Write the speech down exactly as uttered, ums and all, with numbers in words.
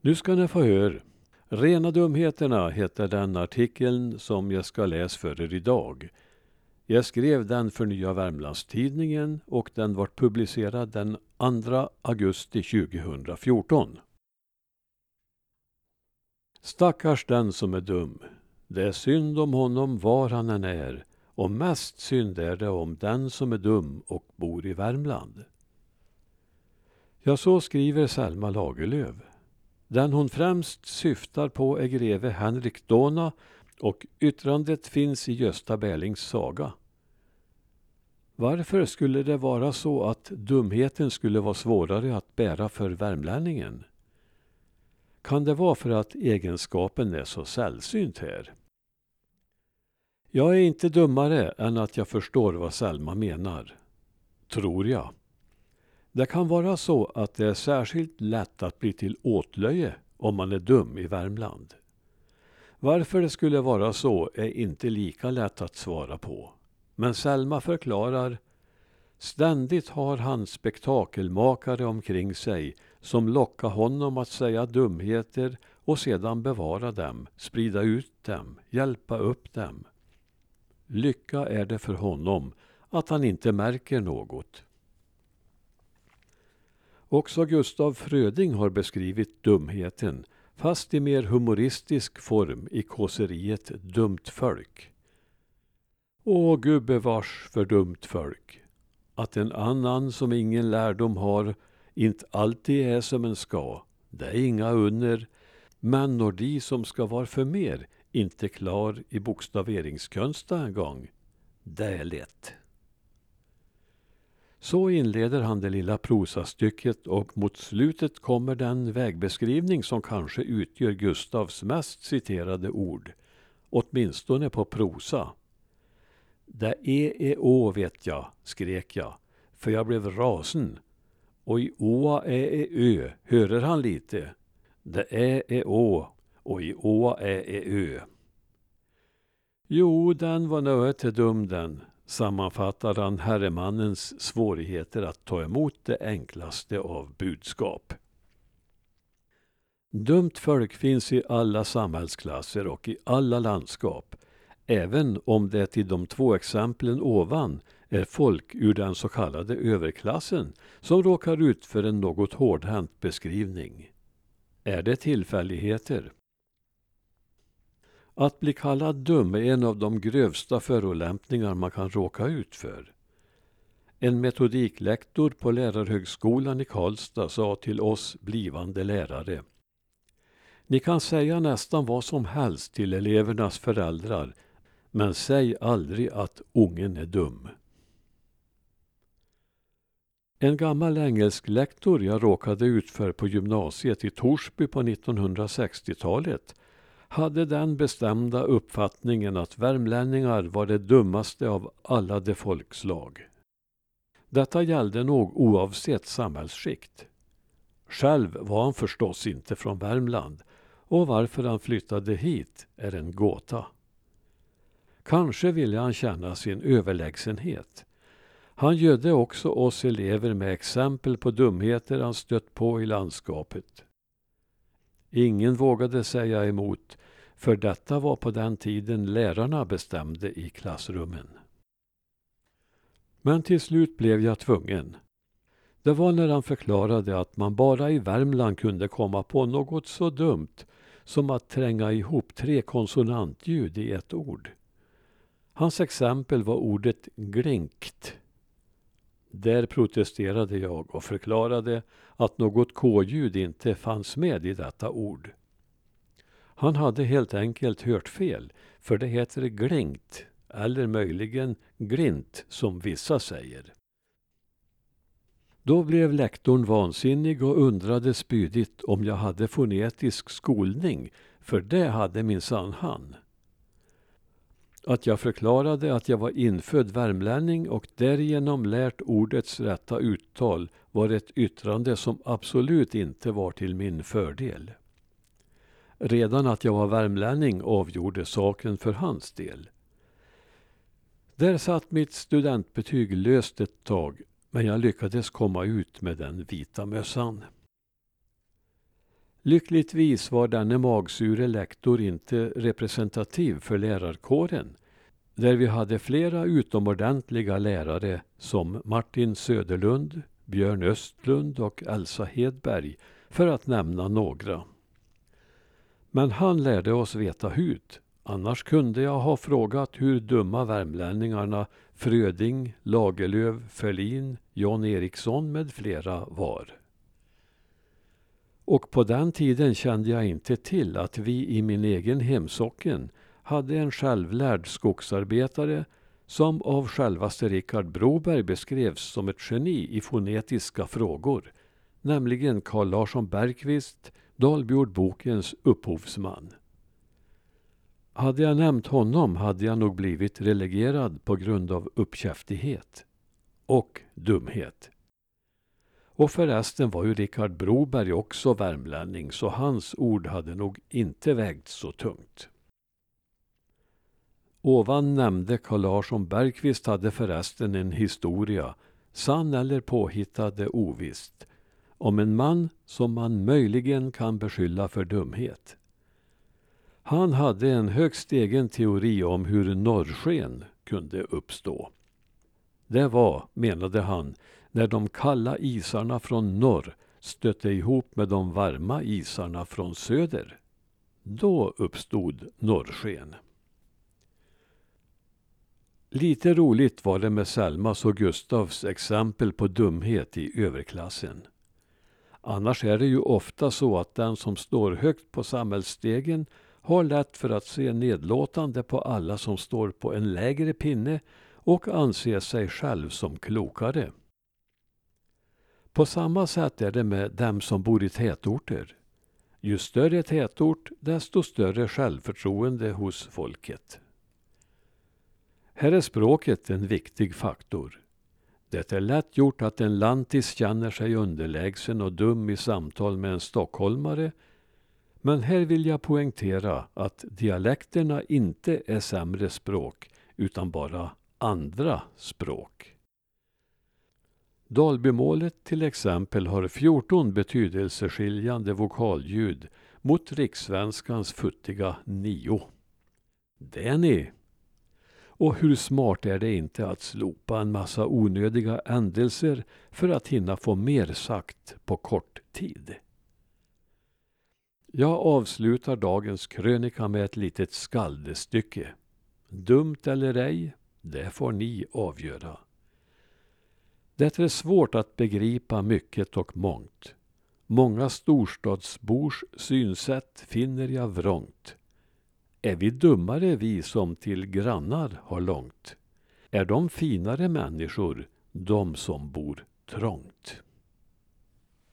Nu ska ni få höra. Rena dumheterna heter den artikeln som jag ska läsa för er idag. Jag skrev den för Nya Värmlandstidningen och den var publicerad den andra augusti tjugohundrafjorton. Stackars den som är dum. Det är synd om honom var han än är, och mest synd är det om den som är dum och bor i Värmland. Ja, så skriver Selma Lagerlöf. Den hon främst syftar på är greve Henrik Dohna och yttrandet finns i Gösta Berlings saga. Varför skulle det vara så att dumheten skulle vara svårare att bära för värmlänningen? Kan det vara för att egenskapen är så sällsynt här? Jag är inte dummare än att jag förstår vad Selma menar. Tror jag. Det kan vara så att det är särskilt lätt att bli till åtlöje om man är dum i Värmland. Varför det skulle vara så är inte lika lätt att svara på. Men Selma förklarar, ständigt har han spektakelmakare omkring sig som lockar honom att säga dumheter och sedan bevara dem, sprida ut dem, hjälpa upp dem. Lycka är det för honom att han inte märker något. Också Gustaf Fröding har beskrivit dumheten, fast i mer humoristisk form i kåseriet Dumt folk. Åh gubbevars för dumt folk, att en annan som ingen lärdom har inte alltid är som en ska, det är inga under, men når de som ska vara för mer inte klar i bokstaveringskonsta en gång, det är lätt. Så inleder han det lilla prosastycket och mot slutet kommer den vägbeskrivning som kanske utgör Gustavs mest citerade ord, åtminstone på prosa. Det är e å vet jag, skrek jag, för jag blev rasen. Och i åa är e ö, hörer han lite. Det är e å och i åa är e ö. Jo, den var nöet till dum den, sammanfattar han herremannens svårigheter att ta emot det enklaste av budskap. Dumt folk finns i alla samhällsklasser och i alla landskap, även om det i de två exemplen ovan är folk ur den så kallade överklassen som råkar ut för en något hårdhänt beskrivning. Är det tillfälligheter? Att bli kallad dum är en av de grövsta förolämpningar man kan råka ut för. En metodiklektor på lärarhögskolan i Karlstad sa till oss blivande lärare: ni kan säga nästan vad som helst till elevernas föräldrar, men säg aldrig att ungen är dum. En gammal engelsk lektor jag råkade ut för på gymnasiet i Torsby på nittonhundrasextiotalet hade den bestämda uppfattningen att värmlänningar var det dummaste av alla de folkslag. Detta gällde nog oavsett samhällsskikt. Själv var han förstås inte från Värmland, och varför han flyttade hit är en gåta. Kanske ville han känna sin överlägsenhet. Han gödde också oss elever med exempel på dumheter han stött på i landskapet. Ingen vågade säga emot, för detta var på den tiden lärarna bestämde i klassrummen. Men till slut blev jag tvungen. Det var när han förklarade att man bara i Värmland kunde komma på något så dumt som att tränga ihop tre konsonantljud i ett ord. Hans exempel var ordet glinkt. Där protesterade jag och förklarade att något k-ljud inte fanns med i detta ord. Han hade helt enkelt hört fel, för det heter glinkt, eller möjligen glint som vissa säger. Då blev lektorn vansinnig och undrade spydigt om jag hade fonetisk skolning, för det hade minsann han. Att jag förklarade att jag var infödd värmlänning och därigenom lärt ordets rätta uttal var ett yttrande som absolut inte var till min fördel. Redan att jag var värmlänning avgjorde saken för hans del. Där satt mitt studentbetyg löst ett tag, men jag lyckades komma ut med den vita mössan. Lyckligtvis var denne magsure lektor inte representativ för lärarkåren, där vi hade flera utomordentliga lärare som Martin Söderlund, Björn Östlund och Elsa Hedberg, för att nämna några. Men han lärde oss veta hut, annars kunde jag ha frågat hur dumma värmlänningarna Fröding, Lagerlöf, Ferlin, John Eriksson med flera var. Och på den tiden kände jag inte till att vi i min egen hemsocken hade en självlärd skogsarbetare som av självaste Richard Broberg beskrevs som ett geni i fonetiska frågor, nämligen Carl Larsson Bergqvist, Dalbyordbokens upphovsman. Hade jag nämnt honom hade jag nog blivit relegerad på grund av uppkäftighet och dumhet. Och förresten var ju Richard Broberg också värmlänning, så hans ord hade nog inte vägt så tungt. Ovan nämnde Carl Larsson Bergqvist hade förresten en historia, sann eller påhittade ovisst, om en man som man möjligen kan beskylla för dumhet. Han hade en högst egen teori om hur norrsken kunde uppstå. Det var, menade han, när de kalla isarna från norr stötte ihop med de varma isarna från söder. Då uppstod norrsken. Lite roligt var det med Selmas och Gustavs exempel på dumhet i överklassen. Annars är det ju ofta så att den som står högt på samhällsstegen har lätt för att se nedlåtande på alla som står på en lägre pinne och anser sig själv som klokare. På samma sätt är det med dem som bor i tätorter. Ju större tätort, desto större självförtroende hos folket. Här är språket en viktig faktor. Det är lätt gjort att en lantis känner sig underlägsen och dum i samtal med en stockholmare, men här vill jag poängtera att dialekterna inte är sämre språk utan bara andra språk. Dalbymålet till exempel har fjorton betydelseskiljande vokalljud mot rikssvenskans futtiga nio. Det är ni! Och hur smart är det inte att slopa en massa onödiga ändelser för att hinna få mer sagt på kort tid. Jag avslutar dagens krönika med ett litet skaldestycke. Dumt eller ej, det får ni avgöra. Det är svårt att begripa mycket och mångt. Många storstadsbors synsätt finner jag vrångt. Är vi dummare vi som till grannar har långt? Är de finare människor, de som bor trångt?